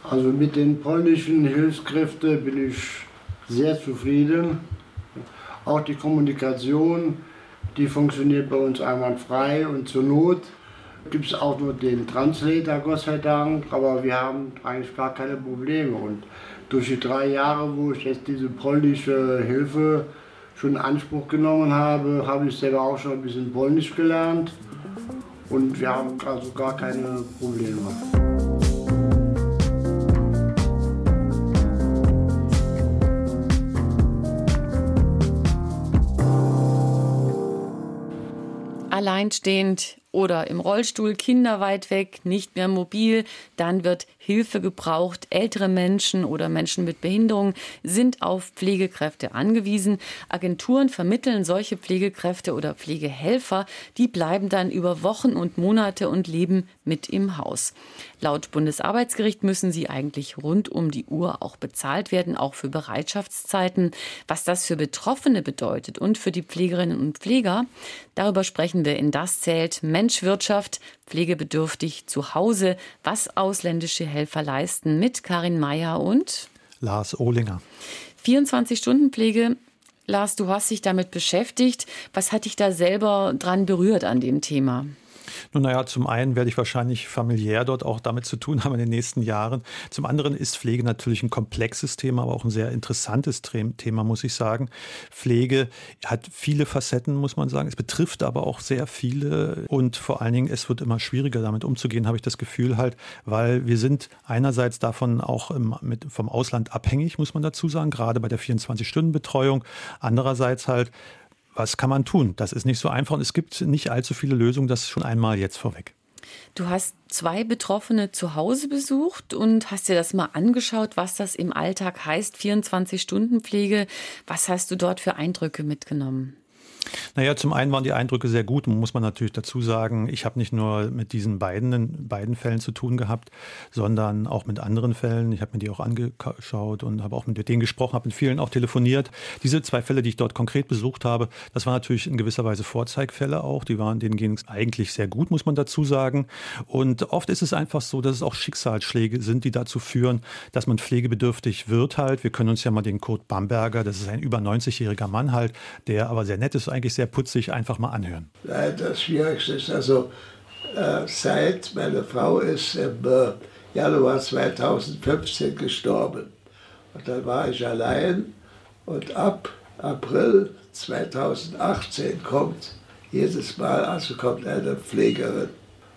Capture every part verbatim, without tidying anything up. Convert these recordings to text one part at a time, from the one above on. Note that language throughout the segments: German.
Also mit den polnischen Hilfskräften bin ich sehr zufrieden. Auch die Kommunikation, die funktioniert bei uns einwandfrei und zur Not gibt es auch nur den Translator, Gott sei Dank, aber wir haben eigentlich gar keine Probleme. Und durch die drei Jahre, wo ich jetzt diese polnische Hilfe schon in Anspruch genommen habe, habe ich selber auch schon ein bisschen Polnisch gelernt und wir haben also gar keine Probleme. Alleinstehend oder im Rollstuhl, Kinder weit weg, nicht mehr mobil, dann wird Hilfe gebraucht. Ältere Menschen oder Menschen mit Behinderung sind auf Pflegekräfte angewiesen. Agenturen vermitteln solche Pflegekräfte oder Pflegehelfer, die bleiben dann über Wochen und Monate und leben mit im Haus. Laut Bundesarbeitsgericht müssen sie eigentlich rund um die Uhr auch bezahlt werden, auch für Bereitschaftszeiten. Was das für Betroffene bedeutet und für die Pflegerinnen und Pfleger, darüber sprechen wir in Das zählt Menschwirtschaft, pflegebedürftig zu Hause, was ausländische Helfer leisten, mit Karin Meyer und Lars Ohlinger. vierundzwanzig-Stunden-Pflege. Lars, du hast dich damit beschäftigt. Was hat dich da selber dran berührt an dem Thema? Nun, naja, zum einen werde ich wahrscheinlich familiär dort auch damit zu tun haben in den nächsten Jahren. Zum anderen ist Pflege natürlich ein komplexes Thema, aber auch ein sehr interessantes Thema, muss ich sagen. Pflege hat viele Facetten, muss man sagen. Es betrifft aber auch sehr viele und vor allen Dingen, es wird immer schwieriger damit umzugehen, habe ich das Gefühl halt, weil wir sind einerseits davon auch im, mit, vom Ausland abhängig, muss man dazu sagen, gerade bei der vierundzwanzig-Stunden-Betreuung. Andererseits halt, was kann man tun? Das ist nicht so einfach und es gibt nicht allzu viele Lösungen, das schon einmal jetzt vorweg. Du hast zwei Betroffene zu Hause besucht und hast dir das mal angeschaut, was das im Alltag heißt, vierundzwanzig-Stunden-Pflege. Was hast du dort für Eindrücke mitgenommen? Naja, zum einen waren die Eindrücke sehr gut, muss man natürlich dazu sagen. Ich habe nicht nur mit diesen beiden, beiden Fällen zu tun gehabt, sondern auch mit anderen Fällen. Ich habe mir die auch angeschaut und habe auch mit denen gesprochen, habe mit vielen auch telefoniert. Diese zwei Fälle, die ich dort konkret besucht habe, das waren natürlich in gewisser Weise Vorzeigfälle auch. Die waren, denen ging es eigentlich sehr gut, muss man dazu sagen. Und oft ist es einfach so, dass es auch Schicksalsschläge sind, die dazu führen, dass man pflegebedürftig wird halt. Wir können uns ja mal den Kurt Bamberger, das ist ein über neunzigjähriger Mann halt, der aber sehr nett ist, eigentlich sehr putzig, einfach mal anhören. Das Schwierigste ist also, äh, seit meine Frau ist im äh, Januar zweitausendfünfzehn gestorben. Und dann war ich allein und ab April zweitausendachtzehn kommt jedes Mal, also kommt eine Pflegerin.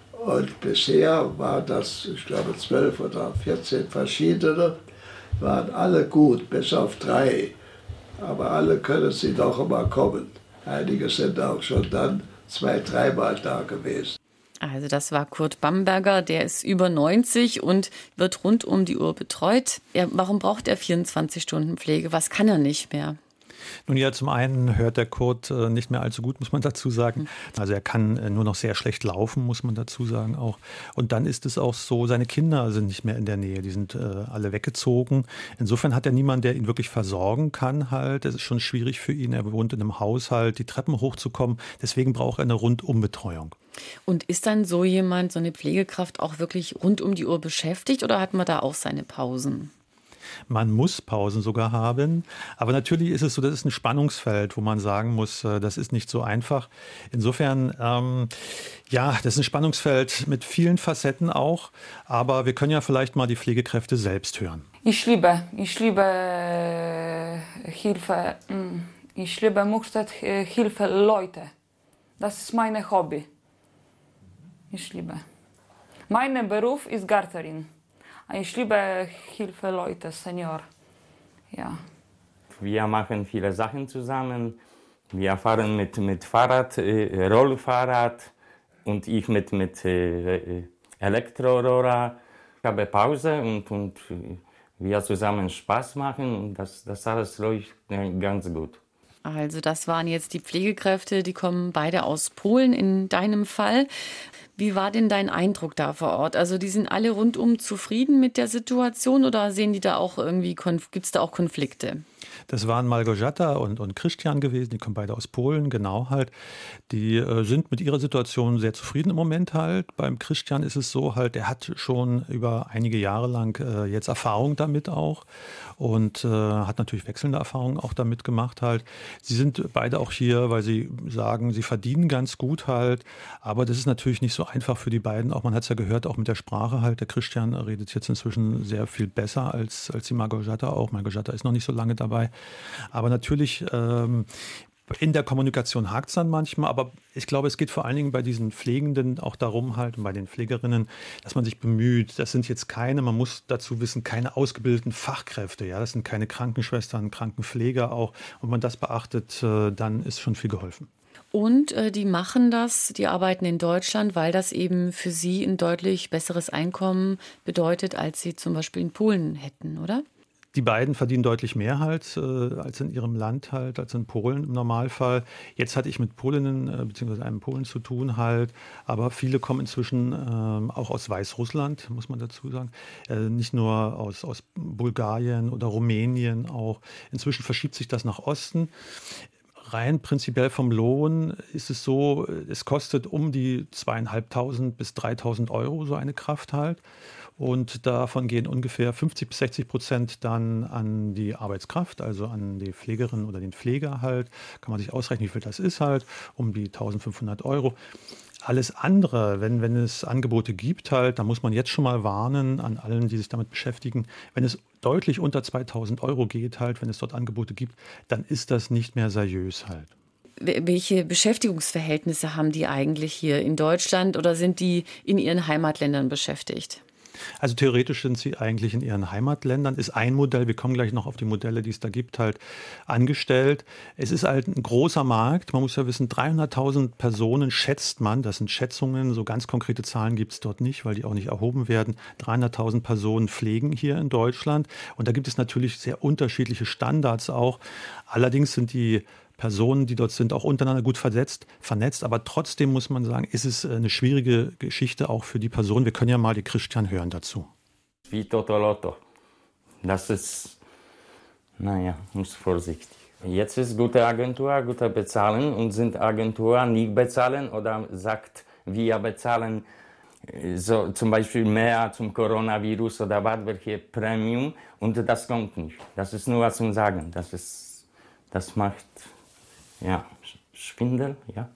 Und bisher waren das, ich glaube, zwölf oder vierzehn verschiedene, waren alle gut, bis auf drei. Aber alle können sie doch immer kommen. Einige sind auch schon dann zwei, dreimal da gewesen. Also das war Kurt Bamberger, der ist über neunzig und wird rund um die Uhr betreut. Ja, warum braucht er vierundzwanzig-Stunden-Pflege? Was kann er nicht mehr? Nun ja, zum einen hört der Kurt äh, nicht mehr allzu gut, muss man dazu sagen. Also er kann äh, nur noch sehr schlecht laufen, muss man dazu sagen auch. Und dann ist es auch so, seine Kinder sind nicht mehr in der Nähe, die sind äh, alle weggezogen. Insofern hat er niemanden, der ihn wirklich versorgen kann halt. Es ist schon schwierig für ihn, er wohnt in einem Haushalt, die Treppen hochzukommen. Deswegen braucht er eine Rundumbetreuung. Und ist dann so jemand, so eine Pflegekraft auch wirklich rund um die Uhr beschäftigt oder hat man da auch seine Pausen? Man muss Pausen sogar haben. Aber natürlich ist es so, das ist ein Spannungsfeld, wo man sagen muss, das ist nicht so einfach. Insofern, ähm, ja, das ist ein Spannungsfeld mit vielen Facetten auch. Aber wir können ja vielleicht mal die Pflegekräfte selbst hören. Ich liebe, ich liebe Hilfe. Ich liebe Muckstadt Hilfe Leute. Das ist mein Hobby. Ich liebe. Mein Beruf ist Gärtnerin. Ich liebe Hilfe Leute, Senior. Ja. Wir machen viele Sachen zusammen. Wir fahren mit, mit Fahrrad, äh, Rollfahrrad und ich mit, mit äh, Elektroroller. Ich habe Pause und, und wir zusammen Spaß machen und das, das alles läuft ganz gut. Also das waren jetzt die Pflegekräfte, die kommen beide aus Polen in deinem Fall. Wie war denn dein Eindruck da vor Ort? Also die sind alle rundum zufrieden mit der Situation oder sehen die da auch irgendwie, gibt es da auch Konflikte? Das waren Małgorzata und, und Christian gewesen, die kommen beide aus Polen, genau halt. Die äh, sind mit ihrer Situation sehr zufrieden im Moment halt. Beim Christian ist es so halt, der hat schon über einige Jahre lang äh, jetzt Erfahrung damit auch und äh, hat natürlich wechselnde Erfahrungen auch damit gemacht halt. Sie sind beide auch hier, weil sie sagen, sie verdienen ganz gut halt, aber das ist natürlich nicht so einfach für die beiden. Auch man hat es ja gehört, auch mit der Sprache halt. Der Christian redet jetzt inzwischen sehr viel besser als, als die Małgorzata auch. Małgorzata ist noch nicht so lange dabei. Aber natürlich ähm, in der Kommunikation hakt es dann manchmal, aber ich glaube, es geht vor allen Dingen bei diesen Pflegenden auch darum halt und bei den Pflegerinnen, dass man sich bemüht. Das sind jetzt keine, man muss dazu wissen, keine ausgebildeten Fachkräfte. Ja, das sind keine Krankenschwestern, Krankenpfleger auch. Und wenn man das beachtet, äh, dann ist schon viel geholfen. Und äh, die machen das, die arbeiten in Deutschland, weil das eben für sie ein deutlich besseres Einkommen bedeutet, als sie zum Beispiel in Polen hätten, oder? Die beiden verdienen deutlich mehr halt äh, als in ihrem Land halt, als in Polen im Normalfall. Jetzt hatte ich mit Polinnen äh, bzw. einem Polen zu tun halt, aber viele kommen inzwischen äh, auch aus Weißrussland, muss man dazu sagen. Äh, nicht nur aus, aus Bulgarien oder Rumänien auch. Inzwischen verschiebt sich das nach Osten. Rein prinzipiell vom Lohn ist es so, es kostet um die zweieinhalbtausend bis dreitausend Euro so eine Kraft halt. Und davon gehen ungefähr fünfzig bis sechzig Prozent dann an die Arbeitskraft, also an die Pflegerin oder den Pfleger halt. Kann man sich ausrechnen, wie viel das ist halt, um die eintausendfünfhundert Euro. Alles andere, wenn, wenn es Angebote gibt halt, da muss man jetzt schon mal warnen an allen, die sich damit beschäftigen. Wenn es deutlich unter zweitausend Euro geht halt, wenn es dort Angebote gibt, dann ist das nicht mehr seriös halt. Welche Beschäftigungsverhältnisse haben die eigentlich hier in Deutschland oder sind die in ihren Heimatländern beschäftigt? Also theoretisch sind sie eigentlich in ihren Heimatländern, ist ein Modell, wir kommen gleich noch auf die Modelle, die es da gibt, halt angestellt. Es ist halt ein großer Markt, man muss ja wissen, dreihunderttausend Personen schätzt man, das sind Schätzungen, so ganz konkrete Zahlen gibt es dort nicht, weil die auch nicht erhoben werden. dreihunderttausend Personen pflegen hier in Deutschland und da gibt es natürlich sehr unterschiedliche Standards auch. Allerdings sind die Personen, die dort sind, auch untereinander gut vernetzt, vernetzt. Aber trotzdem muss man sagen, ist es eine schwierige Geschichte auch für die Person. Wir können ja mal die Christian hören dazu. Wie Totoloto. Das ist, naja, muss vorsichtig. Jetzt ist gute Agentur, gute bezahlen und sind Agentur nicht bezahlen oder sagt, wir bezahlen so zum Beispiel mehr zum Coronavirus oder was, welche Premium und das kommt nicht. Das ist nur was zum Sagen. Das ist, das macht Ja, Schwindel, ja.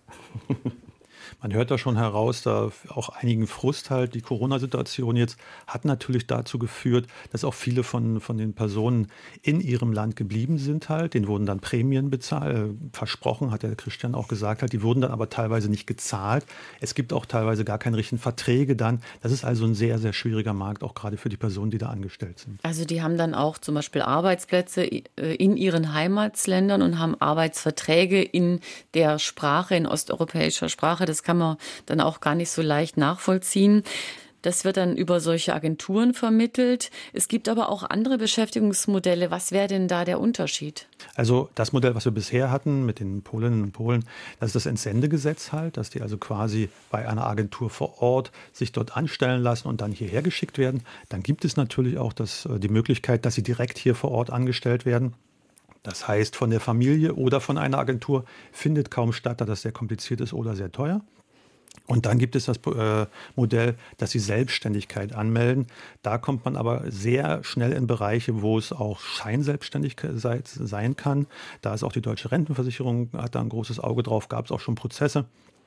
Man hört da schon heraus, da auch einigen Frust halt. Die Corona-Situation jetzt hat natürlich dazu geführt, dass auch viele von, von den Personen in ihrem Land geblieben sind halt. Denen wurden dann Prämien bezahlt, äh, versprochen, hat der Christian auch gesagt halt. Die wurden dann aber teilweise nicht gezahlt. Es gibt auch teilweise gar keine richtigen Verträge dann. Das ist also ein sehr, sehr schwieriger Markt, auch gerade für die Personen, die da angestellt sind. Also die haben dann auch zum Beispiel Arbeitsplätze in ihren Heimatsländern und haben Arbeitsverträge in der Sprache, in osteuropäischer Sprache. Das kann man dann auch gar nicht so leicht nachvollziehen. Das wird dann über solche Agenturen vermittelt. Es gibt aber auch andere Beschäftigungsmodelle. Was wäre denn da der Unterschied? Also das Modell, was wir bisher hatten mit den Polinnen und Polen, das ist das Entsendegesetz halt, dass die also quasi bei einer Agentur vor Ort sich dort anstellen lassen und dann hierher geschickt werden. Dann gibt es natürlich auch das, die Möglichkeit, dass sie direkt hier vor Ort angestellt werden. Das heißt, von der Familie oder von einer Agentur findet kaum statt, da das sehr kompliziert ist oder sehr teuer. Und dann gibt es das äh, Modell, dass sie Selbstständigkeit anmelden. Da kommt man aber sehr schnell in Bereiche, wo es auch Scheinselbstständigkeit sein kann. Da ist auch die Deutsche Rentenversicherung, hat da ein großes Auge drauf, gab es auch schon Prozesse.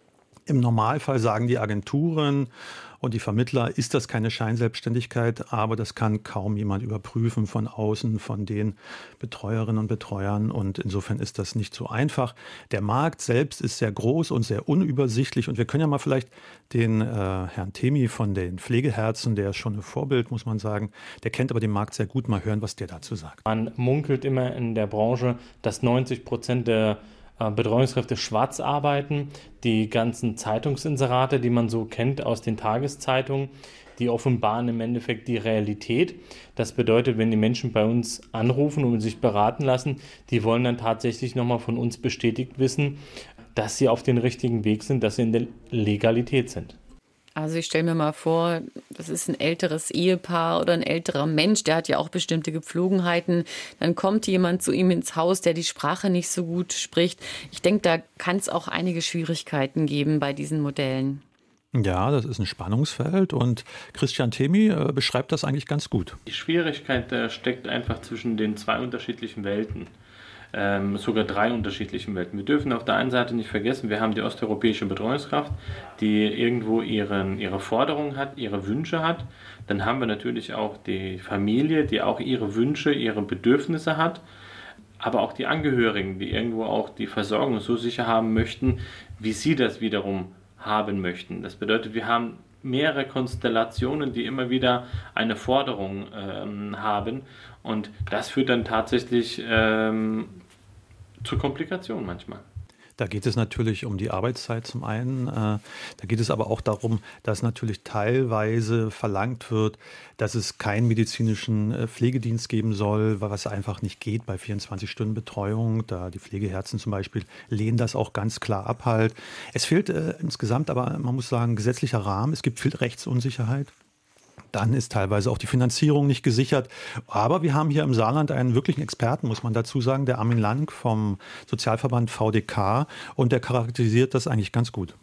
Im Normalfall sagen die Agenturen und die Vermittler, ist das keine Scheinselbstständigkeit, aber das kann kaum jemand überprüfen von außen, von den Betreuerinnen und Betreuern und insofern ist das nicht so einfach. Der Markt selbst ist sehr groß und sehr unübersichtlich und wir können ja mal vielleicht den äh, Herrn Temi von den Pflegeherzen, der ist schon ein Vorbild, muss man sagen, der kennt aber den Markt sehr gut, mal hören, was der dazu sagt. Man munkelt immer in der Branche, dass neunzig Prozent der Betreuungskräfte schwarz arbeiten. Die ganzen Zeitungsinserate, die man so kennt aus den Tageszeitungen, die offenbaren im Endeffekt die Realität. Das bedeutet, wenn die Menschen bei uns anrufen und sich beraten lassen, die wollen dann tatsächlich nochmal von uns bestätigt wissen, dass sie auf dem richtigen Weg sind, dass sie in der Legalität sind. Also ich stelle mir mal vor, das ist ein älteres Ehepaar oder ein älterer Mensch, der hat ja auch bestimmte Gepflogenheiten. Dann kommt jemand zu ihm ins Haus, der die Sprache nicht so gut spricht. Ich denke, da kann es auch einige Schwierigkeiten geben bei diesen Modellen. Ja, das ist ein Spannungsfeld und Christian Themy äh, beschreibt das eigentlich ganz gut. Die Schwierigkeit äh, steckt einfach zwischen den zwei unterschiedlichen Welten. Ähm, sogar drei unterschiedlichen Welten. Wir dürfen auf der einen Seite nicht vergessen, wir haben die osteuropäische Betreuungskraft, die irgendwo ihren, ihre Forderungen hat, ihre Wünsche hat. Dann haben wir natürlich auch die Familie, die auch ihre Wünsche, ihre Bedürfnisse hat. Aber auch die Angehörigen, die irgendwo auch die Versorgung so sicher haben möchten, wie sie das wiederum haben möchten. Das bedeutet, wir haben mehrere Konstellationen, die immer wieder eine Forderung ähm, haben. Und das führt dann tatsächlich ähm, zu Komplikationen manchmal. Da geht es natürlich um die Arbeitszeit zum einen. Äh, da geht es aber auch darum, dass natürlich teilweise verlangt wird, dass es keinen medizinischen äh, Pflegedienst geben soll, was einfach nicht geht bei vierundzwanzig Stunden Betreuung. Da die Pflegeherzen zum Beispiel lehnen das auch ganz klar ab halt. Es fehlt äh, insgesamt aber, man muss sagen, gesetzlicher Rahmen. Es gibt viel Rechtsunsicherheit. Dann ist teilweise auch die Finanzierung nicht gesichert. Aber wir haben hier im Saarland einen wirklichen Experten, muss man dazu sagen, der Armin Lang vom Sozialverband V D K. Und der charakterisiert das eigentlich ganz gut.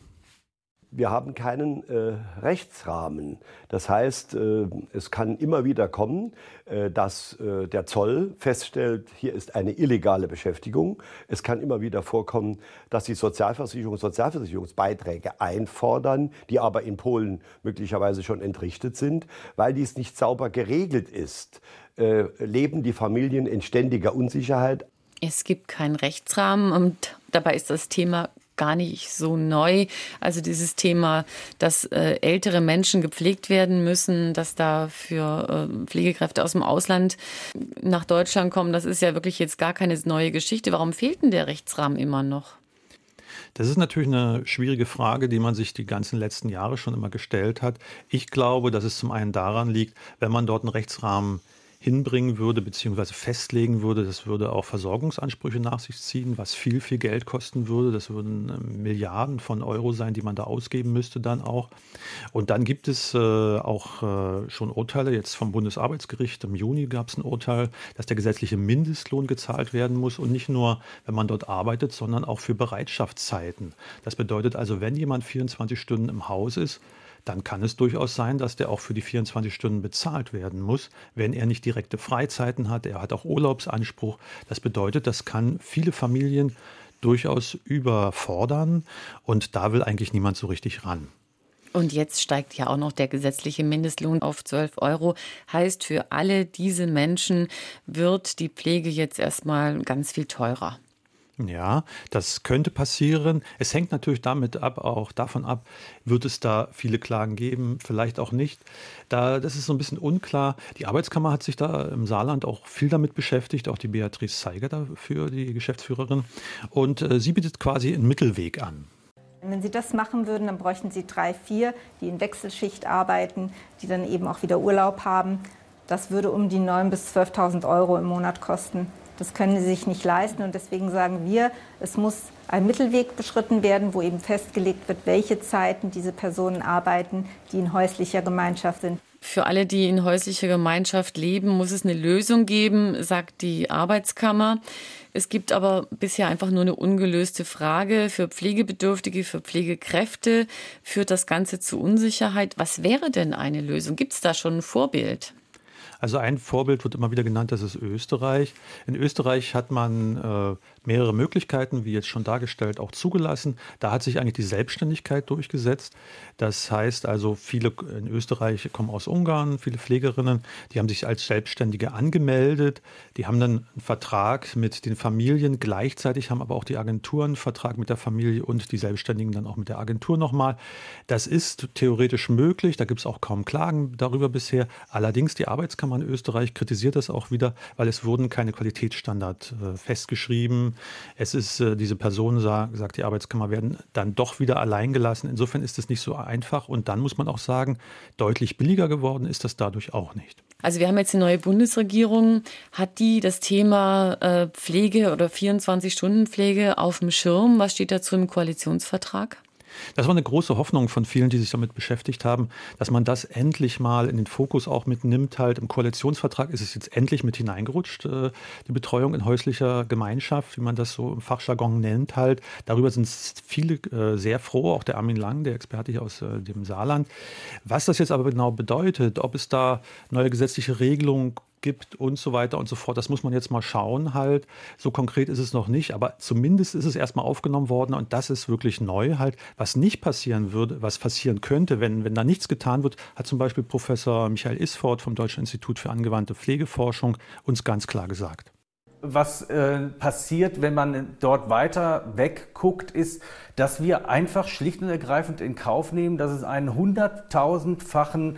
Wir haben keinen äh, Rechtsrahmen. Das heißt, äh, es kann immer wieder kommen, äh, dass äh, der Zoll feststellt, hier ist eine illegale Beschäftigung. Es kann immer wieder vorkommen, dass die Sozialversicherung Sozialversicherungsbeiträge einfordern, die aber in Polen möglicherweise schon entrichtet sind. Weil dies nicht sauber geregelt ist, äh, leben die Familien in ständiger Unsicherheit. Es gibt keinen Rechtsrahmen und dabei ist das Thema gar nicht so neu. Also dieses Thema, dass äh, ältere Menschen gepflegt werden müssen, dass da für äh, Pflegekräfte aus dem Ausland nach Deutschland kommen, das ist ja wirklich jetzt gar keine neue Geschichte. Warum fehlt denn der Rechtsrahmen immer noch? Das ist natürlich eine schwierige Frage, die man sich die ganzen letzten Jahre schon immer gestellt hat. Ich glaube, dass es zum einen daran liegt, wenn man dort einen Rechtsrahmen hinbringen würde, beziehungsweise festlegen würde, das würde auch Versorgungsansprüche nach sich ziehen, was viel, viel Geld kosten würde. Das würden Milliarden von Euro sein, die man da ausgeben müsste dann auch. Und dann gibt es äh, auch äh, schon Urteile, jetzt vom Bundesarbeitsgericht, im Juni gab es ein Urteil, dass der gesetzliche Mindestlohn gezahlt werden muss und nicht nur, wenn man dort arbeitet, sondern auch für Bereitschaftszeiten. Das bedeutet also, wenn jemand vierundzwanzig Stunden im Haus ist, dann kann es durchaus sein, dass der auch für die vierundzwanzig Stunden bezahlt werden muss, wenn er nicht direkte Freizeiten hat. Er hat auch Urlaubsanspruch. Das bedeutet, das kann viele Familien durchaus überfordern und da will eigentlich niemand so richtig ran. Und jetzt steigt ja auch noch der gesetzliche Mindestlohn auf zwölf Euro. Heißt, für alle diese Menschen wird die Pflege jetzt erstmal ganz viel teurer. Ja, das könnte passieren. Es hängt natürlich damit ab, auch davon ab, wird es da viele Klagen geben, vielleicht auch nicht. Da, das ist so ein bisschen unklar. Die Arbeitskammer hat sich da im Saarland auch viel damit beschäftigt, auch die Beatrice Zeiger dafür, die Geschäftsführerin. Und äh, sie bietet quasi einen Mittelweg an. Wenn Sie das machen würden, dann bräuchten Sie drei, vier, die in Wechselschicht arbeiten, die dann eben auch wieder Urlaub haben. Das würde um die neuntausend bis zwölftausend Euro im Monat kosten. Das können sie sich nicht leisten und deswegen sagen wir, es muss ein Mittelweg beschritten werden, wo eben festgelegt wird, welche Zeiten diese Personen arbeiten, die in häuslicher Gemeinschaft sind. Für alle, die in häuslicher Gemeinschaft leben, muss es eine Lösung geben, sagt die Arbeitskammer. Es gibt aber bisher einfach nur eine ungelöste Frage. Für Pflegebedürftige, für Pflegekräfte führt das Ganze zu Unsicherheit. Was wäre denn eine Lösung? Gibt es da schon ein Vorbild? Also ein Vorbild wird immer wieder genannt, das ist Österreich. In Österreich hat man äh, mehrere Möglichkeiten, wie jetzt schon dargestellt, auch zugelassen. Da hat sich eigentlich die Selbstständigkeit durchgesetzt. Das heißt also, viele in Österreich kommen aus Ungarn, viele Pflegerinnen, die haben sich als Selbstständige angemeldet. Die haben dann einen Vertrag mit den Familien. Gleichzeitig haben aber auch die Agenturen einen Vertrag mit der Familie und die Selbstständigen dann auch mit der Agentur nochmal. Das ist theoretisch möglich. Da gibt es auch kaum Klagen darüber bisher. Allerdings die Arbeitskammer in Österreich kritisiert das auch wieder, weil es wurden keine Qualitätsstandards äh, festgeschrieben. Es ist, äh, diese Personen, sagt, sagt die Arbeitskammer, werden dann doch wieder allein gelassen. Insofern ist es nicht so einfach. Und dann muss man auch sagen, deutlich billiger geworden ist das dadurch auch nicht. Also wir haben jetzt eine neue Bundesregierung. Hat die das Thema äh, Pflege oder vierundzwanzig Stunden Pflege auf dem Schirm? Was steht dazu im Koalitionsvertrag? Das war eine große Hoffnung von vielen, die sich damit beschäftigt haben, dass man das endlich mal in den Fokus auch mitnimmt. Halt im Koalitionsvertrag ist es jetzt endlich mit hineingerutscht, äh, die Betreuung in häuslicher Gemeinschaft, wie man das so im Fachjargon nennt halt. Darüber sind viele äh, sehr froh, auch der Armin Lang, der Experte hier aus äh, dem Saarland. Was das jetzt aber genau bedeutet, ob es da neue gesetzliche Regelungen gibt und so weiter und so fort. Das muss man jetzt mal schauen halt. So konkret ist es noch nicht, aber zumindest ist es erstmal aufgenommen worden und das ist wirklich neu halt. Was nicht passieren würde, was passieren könnte, wenn, wenn da nichts getan wird, hat zum Beispiel Professor Michael Isford vom Deutschen Institut für angewandte Pflegeforschung uns ganz klar gesagt. Was äh, passiert, wenn man dort weiter wegguckt, ist, dass wir einfach schlicht und ergreifend in Kauf nehmen, dass es einen hunderttausendfachen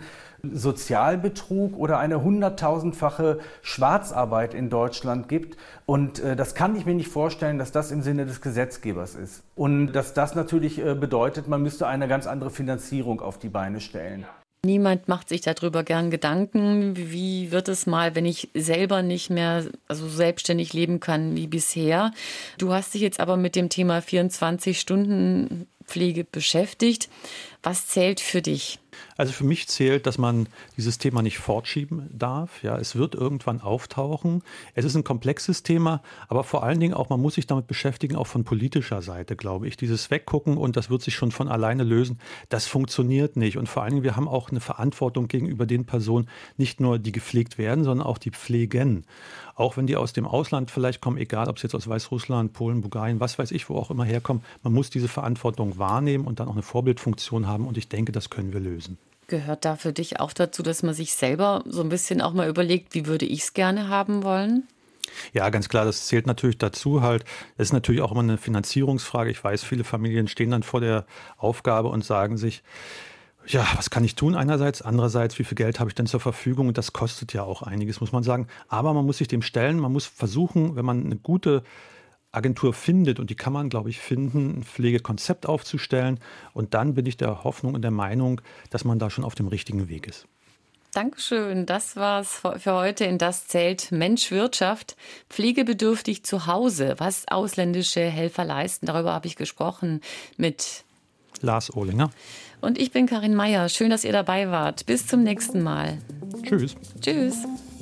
Sozialbetrug oder eine hunderttausendfache Schwarzarbeit in Deutschland gibt. Und äh, das kann ich mir nicht vorstellen, dass das im Sinne des Gesetzgebers ist. Und dass das natürlich äh, bedeutet, man müsste eine ganz andere Finanzierung auf die Beine stellen. Niemand macht sich darüber gern Gedanken, wie wird es mal, wenn ich selber nicht mehr also selbstständig leben kann wie bisher. Du hast dich jetzt aber mit dem Thema vierundzwanzig Stunden Pflege beschäftigt. Was zählt für dich? Also für mich zählt, dass man dieses Thema nicht fortschieben darf. Ja, es wird irgendwann auftauchen. Es ist ein komplexes Thema, aber vor allen Dingen auch, man muss sich damit beschäftigen, auch von politischer Seite, glaube ich. Dieses Weggucken und das wird sich schon von alleine lösen, das funktioniert nicht. Und vor allen Dingen, wir haben auch eine Verantwortung gegenüber den Personen, nicht nur die gepflegt werden, sondern auch die pflegen. Auch wenn die aus dem Ausland vielleicht kommen, egal ob es jetzt aus Weißrussland, Polen, Bulgarien, was weiß ich, wo auch immer herkommen, man muss diese Verantwortung wahrnehmen und dann auch eine Vorbildfunktion haben und ich denke, das können wir lösen. Gehört da für dich auch dazu, dass man sich selber so ein bisschen auch mal überlegt, wie würde ich es gerne haben wollen? Ja, ganz klar, das zählt natürlich dazu halt. Das ist natürlich auch immer eine Finanzierungsfrage. Ich weiß, viele Familien stehen dann vor der Aufgabe und sagen sich, ja, was kann ich tun einerseits? Andererseits, wie viel Geld habe ich denn zur Verfügung? Und das kostet ja auch einiges, muss man sagen. Aber man muss sich dem stellen, man muss versuchen, wenn man eine gute Agentur findet, und die kann man, glaube ich, finden, ein Pflegekonzept aufzustellen. Und dann bin ich der Hoffnung und der Meinung, dass man da schon auf dem richtigen Weg ist. Dankeschön. Das war's für heute in Das zählt Mensch Wirtschaft. Pflegebedürftig zu Hause. Was ausländische Helfer leisten, darüber habe ich gesprochen mit Lars Ohlinger. Und ich bin Karin Meyer. Schön, dass ihr dabei wart. Bis zum nächsten Mal. Tschüss. Tschüss.